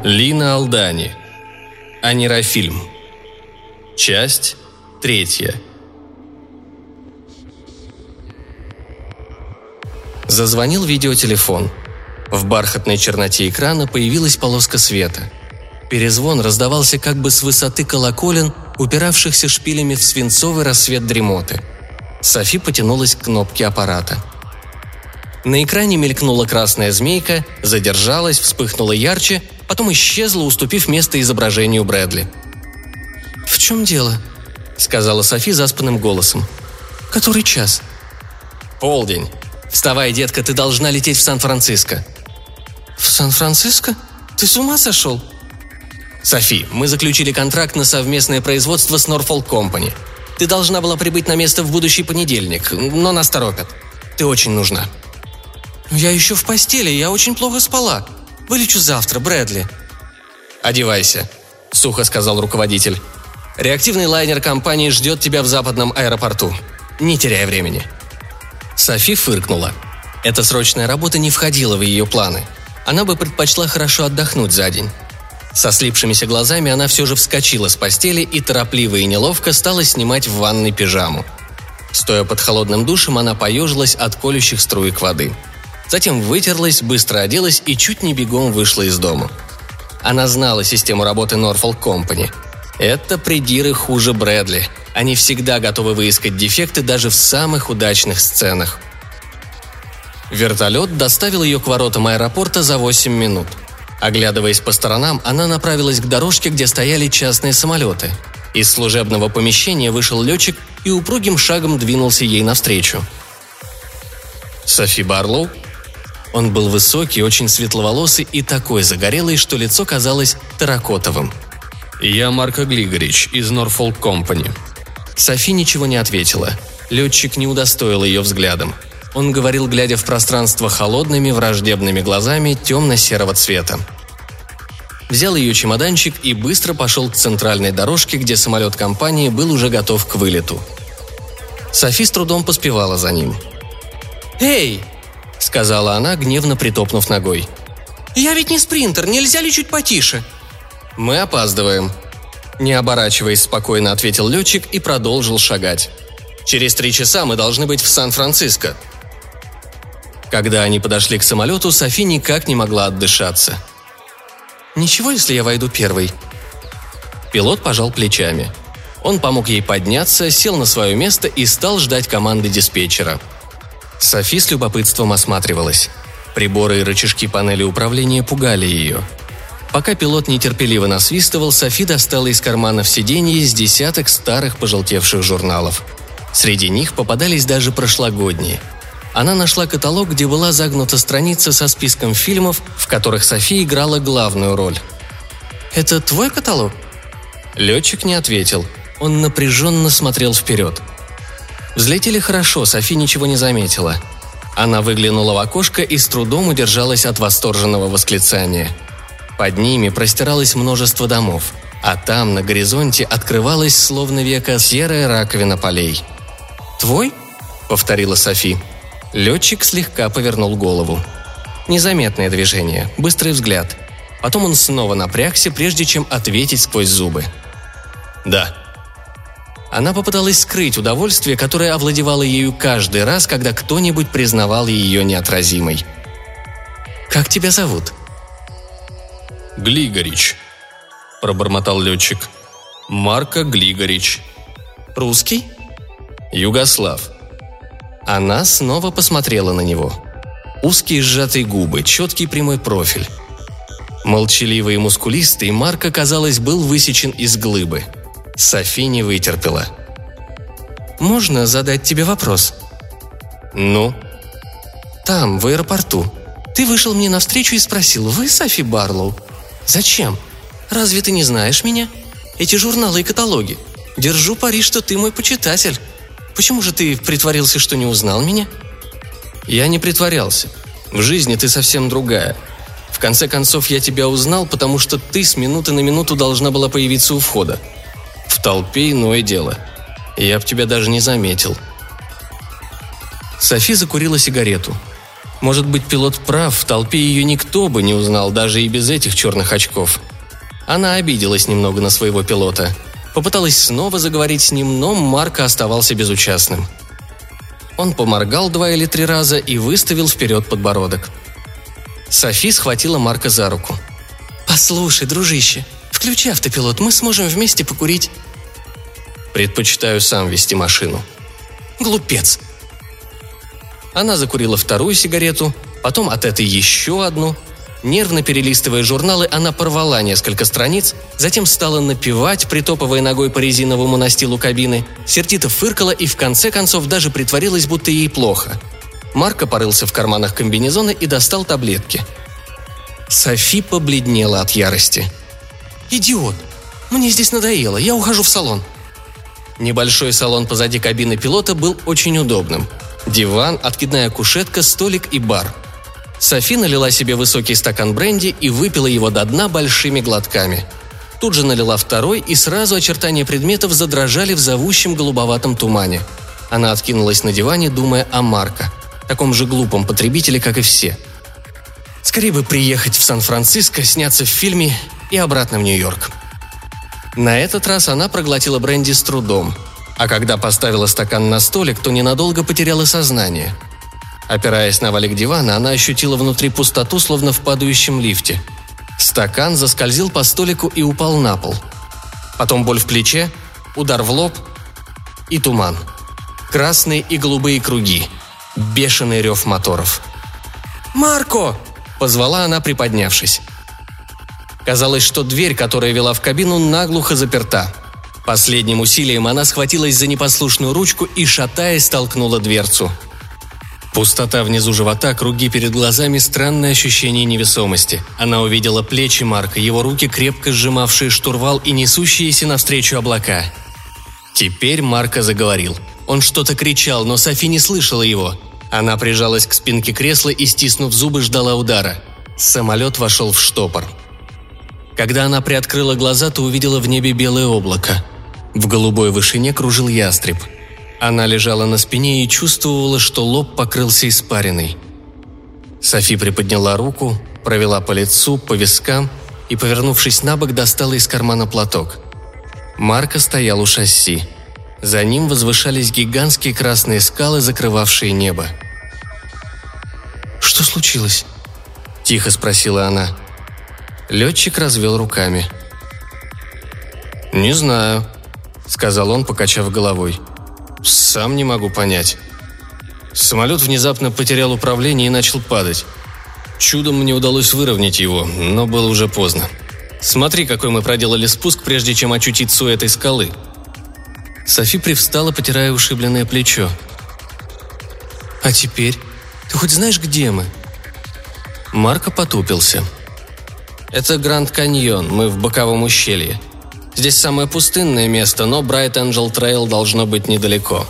Лина Алдани. Анерофильм. Часть 3. Зазвонил видеотелефон. В бархатной черноте экрана появилась полоска света. Перезвон раздавался как бы с высоты колоколен, упиравшихся шпилями в свинцовый рассвет дремоты. Софи потянулась к кнопке аппарата. На экране мелькнула красная змейка, задержалась, вспыхнула ярче, потом исчезла, уступив место изображению Брэдли. «В чем дело?» – сказала Софи заспанным голосом. «Который час?» «Полдень. Вставай, детка, ты должна лететь в Сан-Франциско». «В Сан-Франциско? Ты с ума сошел?» «Софи, мы заключили контракт на совместное производство с Norfolk Company. Ты должна была прибыть на место в будущий понедельник, но нас торопят. Ты очень нужна». «Я еще в постели, я очень плохо спала. Вылечу завтра, Брэдли». «Одевайся», — сухо сказал руководитель. «Реактивный лайнер компании ждет тебя в западном аэропорту. Не теряй времени». Софи фыркнула. Эта срочная работа не входила в ее планы. Она бы предпочла хорошо отдохнуть за день. Со слипшимися глазами она все же вскочила с постели и торопливо и неловко стала снимать в ванной пижаму. Стоя под холодным душем, она поежилась от колющих струек воды. Затем вытерлась, быстро оделась и чуть не бегом вышла из дома. Она знала систему работы Norfolk Company. Это придиры хуже Брэдли. Они всегда готовы выискать дефекты даже в самых удачных сценах. Вертолет доставил ее к воротам аэропорта за 8 минут. Оглядываясь по сторонам, она направилась к дорожке, где стояли частные самолеты. Из служебного помещения вышел летчик и упругим шагом двинулся ей навстречу. «Софи Барлоу?» Он был высокий, очень светловолосый и такой загорелый, что лицо казалось терракотовым. «Я Марко Глигорич из Norfolk Company». Софи ничего не ответила. Летчик не удостоил ее взглядом. Он говорил, глядя в пространство холодными, враждебными глазами темно-серого цвета. Взял ее чемоданчик и быстро пошел к центральной дорожке, где самолет компании был уже готов к вылету. Софи с трудом поспевала за ним. «Эй!» – сказала она, гневно притопнув ногой. «Я ведь не спринтер, нельзя ли чуть потише?» «Мы опаздываем», – не оборачиваясь, спокойно ответил летчик и продолжил шагать. «Через 3 часа мы должны быть в Сан-Франциско». Когда они подошли к самолету, Софи никак не могла отдышаться. «Ничего, если я войду первой?» Пилот пожал плечами. Он помог ей подняться, сел на свое место и стал ждать команды диспетчера. Софи с любопытством осматривалась. Приборы и рычажки панели управления пугали ее. Пока пилот нетерпеливо насвистывал, Софи достала из карманов сиденья с десяток старых пожелтевших журналов. Среди них попадались даже прошлогодние. Она нашла каталог, где была загнута страница со списком фильмов, в которых Софи играла главную роль. «Это твой каталог?» Летчик не ответил. Он напряженно смотрел вперед. Взлетели хорошо, Софи ничего не заметила. Она выглянула в окошко и с трудом удержалась от восторженного восклицания. Под ними простиралось множество домов, а там, на горизонте, открывалась, словно века, серая раковина полей. «Твой?» — повторила Софи. Летчик слегка повернул голову. Незаметное движение, быстрый взгляд. Потом он снова напрягся, прежде чем ответить сквозь зубы. «Да». Она попыталась скрыть удовольствие, которое овладевало ею каждый раз, когда кто-нибудь признавал ее неотразимой. «Как тебя зовут?» «Глигорич», – пробормотал летчик. «Марко Глигорич». «Русский?» «Югослав». Она снова посмотрела на него. Узкие сжатые губы, четкий прямой профиль. Молчаливый и мускулистый, Марко, казалось, был высечен из глыбы. Софи не вытерпела. «Можно задать тебе вопрос?» «Ну?» «Там, в аэропорту. Ты вышел мне навстречу и спросил: вы Софи Барлоу? Зачем? Разве ты не знаешь меня? Эти журналы и каталоги. Держу пари, что ты мой почитатель. Почему же ты притворился, что не узнал меня?» «Я не притворялся. В жизни ты совсем другая. В конце концов, я тебя узнал, потому что ты с минуты на минуту должна была появиться у входа. В толпе иное дело. Я б тебя даже не заметил». Софи закурила сигарету. Может быть, пилот прав, в толпе ее никто бы не узнал, даже и без этих черных очков. Она обиделась немного на своего пилота. Попыталась снова заговорить с ним, но Марко оставался безучастным. Он поморгал 2 или 3 раза и выставил вперед подбородок. Софи схватила Марка за руку. «Послушай, дружище, включи автопилот, мы сможем вместе покурить». «Предпочитаю сам вести машину». «Глупец». Она закурила 2-ю сигарету, потом от этой еще одну. Нервно перелистывая журналы, она порвала несколько страниц, затем стала напевать, притопывая ногой по резиновому настилу кабины, сердито фыркала и в конце концов даже притворилась, будто ей плохо. Марко порылся в карманах комбинезона и достал таблетки. Софи побледнела от ярости. «Идиот! Мне здесь надоело, я ухожу в салон». Небольшой салон позади кабины пилота был очень удобным. Диван, откидная кушетка, столик и бар. Софи налила себе высокий стакан бренди и выпила его до дна большими глотками. Тут же налила 2-й, и сразу очертания предметов задрожали в зовущем голубоватом тумане. Она откинулась на диване, думая о Марко, таком же глупом потребителе, как и все. Скорее бы приехать в Сан-Франциско, сняться в фильме и обратно в Нью-Йорк. На этот раз она проглотила бренди с трудом, а когда поставила стакан на столик, то ненадолго потеряла сознание. Опираясь на валик дивана, она ощутила внутри пустоту, словно в падающем лифте. Стакан заскользил по столику и упал на пол. Потом боль в плече, удар в лоб и туман. Красные и голубые круги. Бешеный рев моторов. «Марко!» – позвала она, приподнявшись. Казалось, что дверь, которая вела в кабину, наглухо заперта. Последним усилием она схватилась за непослушную ручку и, шатаясь, толкнула дверцу. Пустота внизу живота, круги перед глазами, странное ощущение невесомости. Она увидела плечи Марка, его руки, крепко сжимавшие штурвал и несущиеся навстречу облака. Теперь Марко заговорил. Он что-то кричал, но Софи не слышала его. Она прижалась к спинке кресла и, стиснув зубы, ждала удара. Самолет вошел в штопор. Когда она приоткрыла глаза, то увидела в небе белое облако. В голубой вышине кружил ястреб. Она лежала на спине и чувствовала, что лоб покрылся испариной. Софи приподняла руку, провела по лицу, по вискам и, повернувшись на бок, достала из кармана платок. Марко стоял у шасси. За ним возвышались гигантские красные скалы, закрывавшие небо. «Что случилось?» – тихо спросила она. Летчик развел руками. «Не знаю», – сказал он, покачав головой. «Сам не могу понять. Самолет внезапно потерял управление и начал падать. Чудом мне удалось выровнять его, но было уже поздно. Смотри, какой мы проделали спуск, прежде чем очутиться у этой скалы». Софи привстала, потирая ушибленное плечо. «А теперь? Ты хоть знаешь, где мы?» Марко потупился. «Это Гранд Каньон, мы в боковом ущелье. Здесь самое пустынное место, но Брайт Энджел Трейл должно быть недалеко».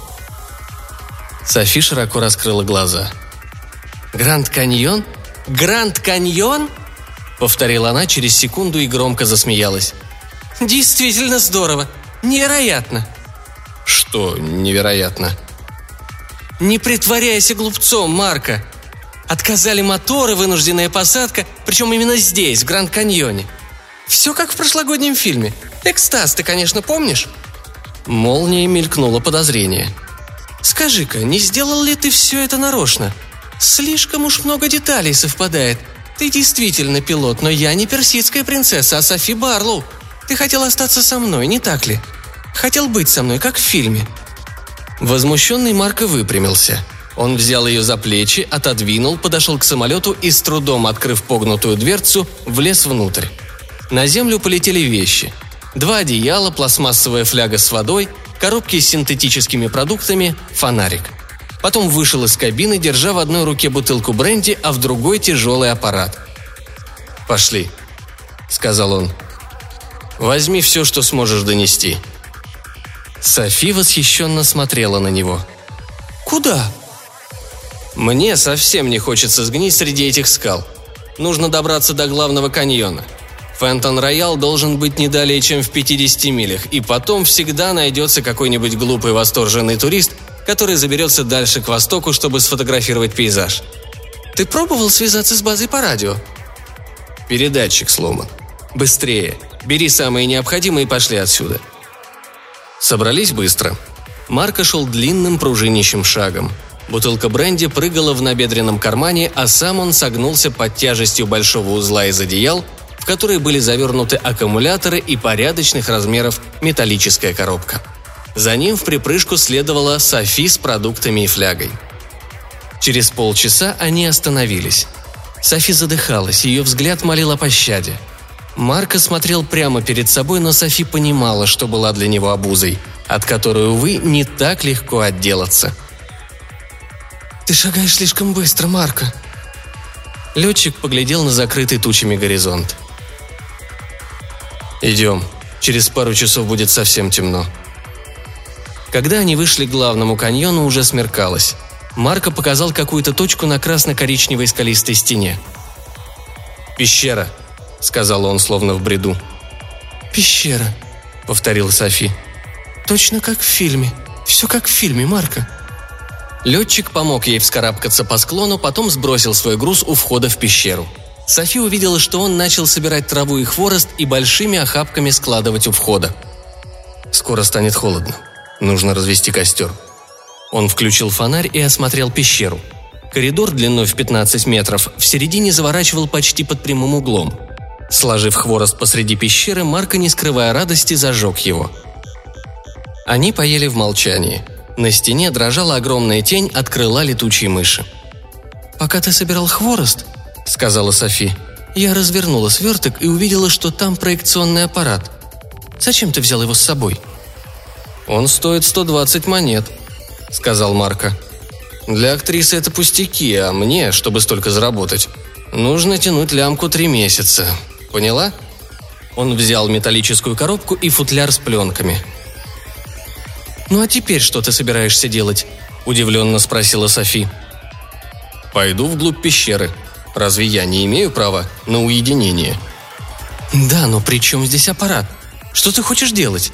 Софи широко раскрыла глаза. «Гранд Каньон? Гранд Каньон?» – повторила она через секунду и громко засмеялась. «Действительно здорово! Невероятно!» «Что невероятно?» «Не притворяйся глупцом, Марко! Отказали моторы, вынужденная посадка, причем именно здесь, в Гранд Каньоне. Все как в прошлогоднем фильме. Экстаз, ты, конечно, помнишь?» Молнией мелькнуло подозрение. «Скажи-ка, не сделал ли ты все это нарочно? Слишком уж много деталей совпадает. Ты действительно пилот, но я не персидская принцесса, а Софи Барлоу. Ты хотел остаться со мной, не так ли? Хотел быть со мной, как в фильме». Возмущенный Марко выпрямился. Он взял ее за плечи, отодвинул, подошел к самолету и, с трудом открыв погнутую дверцу, влез внутрь. На землю полетели вещи. 2 одеяла, пластмассовая фляга с водой, коробки с синтетическими продуктами, фонарик. Потом вышел из кабины, держа в одной руке бутылку бренди, а в другой тяжелый аппарат. «Пошли», — сказал он. «Возьми все, что сможешь донести». Софи восхищенно смотрела на него. «Куда?» «Мне совсем не хочется сгнить среди этих скал. Нужно добраться до главного каньона. Фентон-Роял должен быть не далее, чем в 50 милях, и потом всегда найдется какой-нибудь глупый восторженный турист, который заберется дальше к востоку, чтобы сфотографировать пейзаж. Ты пробовал связаться с базой по радио?» «Передатчик сломан. Быстрее. Бери самое необходимое и пошли отсюда». Собрались быстро. Марко шел длинным пружинищим шагом. Бутылка бренди прыгала в набедренном кармане, а сам он согнулся под тяжестью большого узла из одеял, в которые были завернуты аккумуляторы и порядочных размеров металлическая коробка. За ним в припрыжку следовала Софи с продуктами и флягой. Через полчаса они остановились. Софи задыхалась, ее взгляд молил о пощаде. Марко смотрел прямо перед собой, но Софи понимала, что была для него обузой, от которой, увы, не так легко отделаться. «Ты шагаешь слишком быстро, Марко». Летчик поглядел на закрытый тучами горизонт. «Идем. Через пару часов будет совсем темно». Когда они вышли к главному каньону, уже смеркалось. Марко показал какую-то точку на красно-коричневой скалистой стене. «Пещера», — сказал он, словно в бреду. «Пещера», — повторила Софи. «Точно как в фильме. Все как в фильме, Марко». Летчик помог ей вскарабкаться по склону, потом сбросил свой груз у входа в пещеру. Софи увидела, что он начал собирать траву и хворост и большими охапками складывать у входа. «Скоро станет холодно. Нужно развести костер». Он включил фонарь и осмотрел пещеру. Коридор длиной в 15 метров в середине заворачивал почти под прямым углом. Сложив хворост посреди пещеры, Марко, не скрывая радости, зажег его. Они поели в молчании. На стене дрожала огромная тень от крыла летучей мыши. «Пока ты собирал хворост, — сказала Софи, — я развернула сверток и увидела, что там проекционный аппарат. Зачем ты взял его с собой?» «Он стоит 120 монет», — сказал Марко. «Для актрисы это пустяки, а мне, чтобы столько заработать, нужно тянуть лямку 3 месяца. Поняла?» Он взял металлическую коробку и футляр с пленками. «Ну а теперь что ты собираешься делать?» – удивленно спросила Софи. «Пойду вглубь пещеры. Разве я не имею права на уединение?» «Да, но при чем здесь аппарат? Что ты хочешь делать?»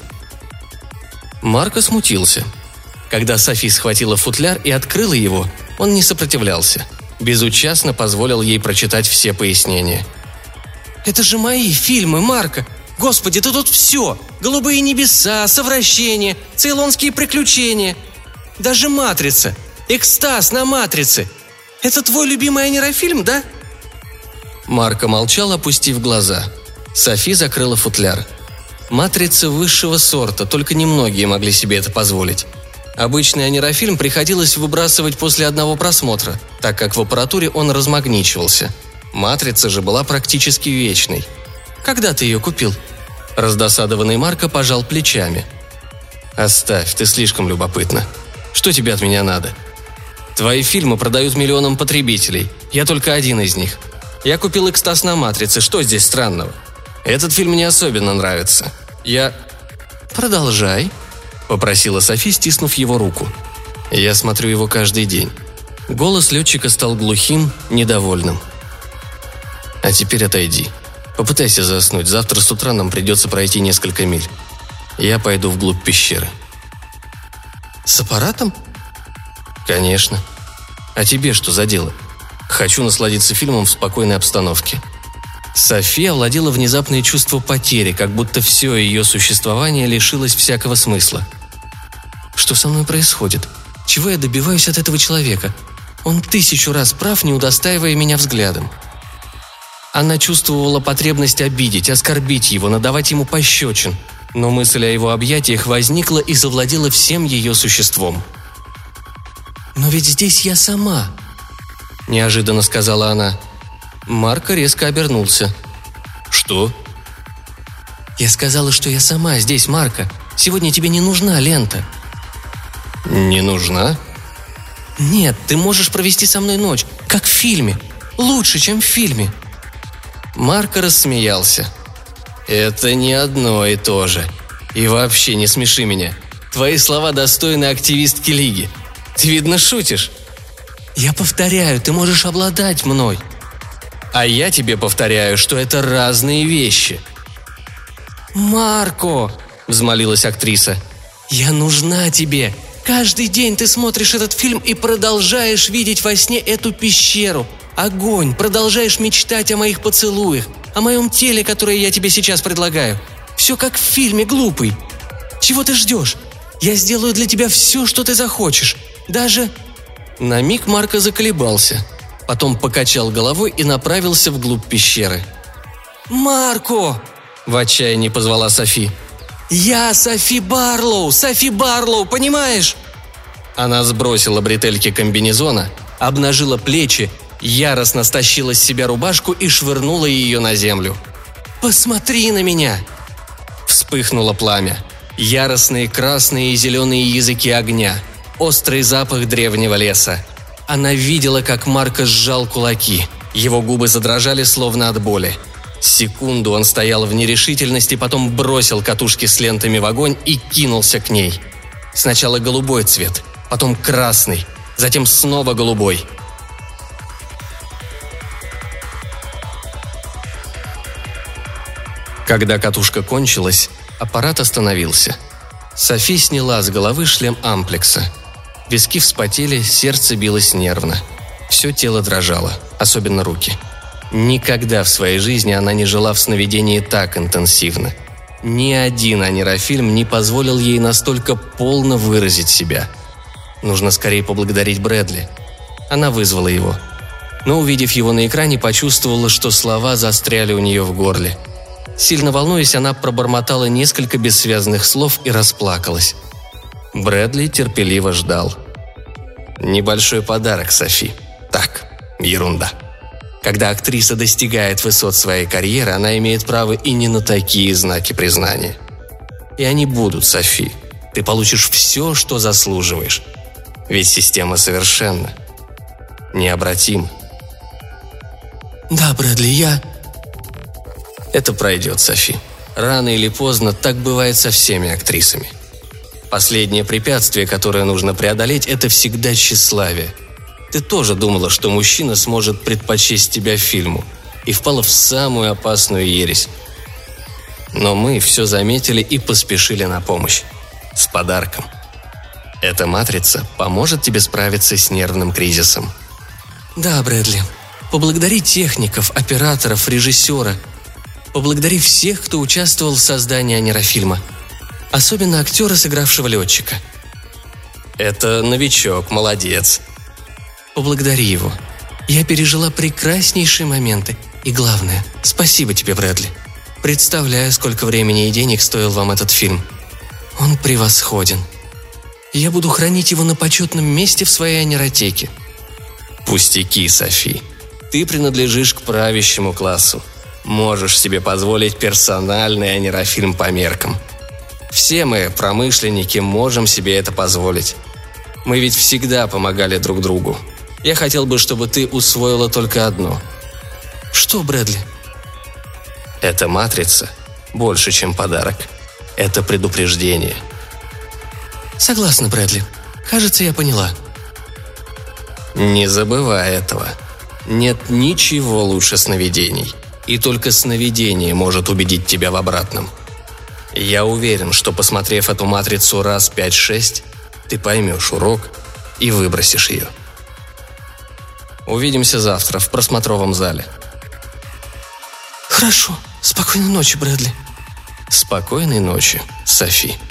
Марко смутился. Когда Софи схватила футляр и открыла его, он не сопротивлялся. Безучастно позволил ей прочитать все пояснения. «Это же мои фильмы, Марко! Господи, ты тут все! Голубые небеса, совращение, цейлонские приключения. Даже «Матрица». Экстаз на «Матрице». Это твой любимый анирофильм, да?» Марко молчал, опустив глаза. Софи закрыла футляр. «Матрица» высшего сорта, только немногие могли себе это позволить. Обычный анирофильм приходилось выбрасывать после одного просмотра, так как в аппаратуре он размагничивался. «Матрица» же была практически вечной. «Когда ты ее купил?» Раздосадованный Марко пожал плечами. «Оставь, ты слишком любопытна. Что тебе от меня надо? Твои фильмы продают миллионам потребителей. Я только один из них. Я купил экстаз на «Матрице». Что здесь странного? Этот фильм мне особенно нравится. Я...» «Продолжай», — попросила Софи, стиснув его руку. «Я смотрю его каждый день». Голос летчика стал глухим, недовольным. «А теперь отойди. Попытайся заснуть. Завтра с утра нам придется пройти несколько миль. Я пойду вглубь пещеры». «С аппаратом?» «Конечно. А тебе что за дело? Хочу насладиться фильмом в спокойной обстановке». Софи овладела внезапное чувство потери, как будто все ее существование лишилось всякого смысла. «Что со мной происходит? Чего я добиваюсь от этого человека? Он 1000 раз прав, не удостаивая меня взглядом». Она чувствовала потребность обидеть, оскорбить его, надавать ему пощечин, но мысль о его объятиях возникла и завладела всем ее существом. «Но ведь здесь я сама», – неожиданно сказала она. Марко резко обернулся. «Что?» «Я сказала, что я сама здесь, Марко. Сегодня тебе не нужна лента». «Не нужна?» «Нет, ты можешь провести со мной ночь, как в фильме. Лучше, чем в фильме». Марко рассмеялся. «Это не одно и то же. И вообще не смеши меня. Твои слова достойны активистки Лиги. Ты, видно, шутишь». «Я повторяю, ты можешь обладать мной». «А я тебе повторяю, что это разные вещи». «Марко!» – взмолилась актриса. «Я нужна тебе. Каждый день ты смотришь этот фильм и продолжаешь видеть во сне эту пещеру. Огонь! Продолжаешь мечтать о моих поцелуях, о моем теле, которое я тебе сейчас предлагаю. Все как в фильме, глупый. Чего ты ждешь? Я сделаю для тебя все, что ты захочешь. Даже...» На миг Марко заколебался. Потом покачал головой и направился вглубь пещеры. «Марко!» – в отчаянии позвала Софи. «Я Софи Барлоу! Софи Барлоу, понимаешь?» Она сбросила бретельки комбинезона, обнажила плечи, яростно стащила с себя рубашку и швырнула ее на землю. «Посмотри на меня!» Вспыхнуло пламя. Яростные красные и зеленые языки огня. Острый запах древнего леса. Она видела, как Марко сжал кулаки. Его губы задрожали, словно от боли. Секунду он стоял в нерешительности, потом бросил катушки с лентами в огонь и кинулся к ней. Сначала голубой цвет, потом красный, затем снова голубой. Когда катушка кончилась, аппарат остановился. Софи сняла с головы шлем амплекса. Виски вспотели, сердце билось нервно. Все тело дрожало, особенно руки. Никогда в своей жизни она не жила в сновидении так интенсивно. Ни один анирофильм не позволил ей настолько полно выразить себя. Нужно скорее поблагодарить Брэдли. Она вызвала его. Но, увидев его на экране, почувствовала, что слова застряли у нее в горле. Сильно волнуясь, она пробормотала несколько бессвязных слов и расплакалась. Брэдли терпеливо ждал. «Небольшой подарок, Софи. Так, ерунда. Когда актриса достигает высот своей карьеры, она имеет право и не на такие знаки признания. И они будут, Софи. Ты получишь все, что заслуживаешь. Ведь система совершенна. Необратима». «Да, Брэдли, я...» «Это пройдет, Софи. Рано или поздно так бывает со всеми актрисами. Последнее препятствие, которое нужно преодолеть, это всегда тщеславие. Ты тоже думала, что мужчина сможет предпочесть тебя фильму, и впала в самую опасную ересь. Но мы все заметили и поспешили на помощь. С подарком. Эта матрица поможет тебе справиться с нервным кризисом». «Да, Брэдли. Поблагодари техников, операторов, режиссера. Поблагодари всех, кто участвовал в создании анирофильма. Особенно актера, сыгравшего летчика». «Это новичок, молодец». «Поблагодари его. Я пережила прекраснейшие моменты. И главное, спасибо тебе, Брэдли. Представляю, сколько времени и денег стоил вам этот фильм. Он превосходен. Я буду хранить его на почетном месте в своей аниротеке». «Пустяки, Софи. Ты принадлежишь к правящему классу. Можешь себе позволить персональный анирофильм по меркам. Все мы, промышленники, можем себе это позволить. Мы ведь всегда помогали друг другу. Я хотел бы, чтобы ты усвоила только одно». «Что, Брэдли?» «Эта матрица больше, чем подарок. Это предупреждение». «Согласна, Брэдли. Кажется, я поняла». «Не забывай этого. Нет ничего лучше сновидений. И только сновидение может убедить тебя в обратном. Я уверен, что, посмотрев эту матрицу раз 5-6, ты поймешь урок и выбросишь ее. Увидимся завтра в просмотровом зале». «Хорошо. Спокойной ночи, Брэдли». «Спокойной ночи, Софи».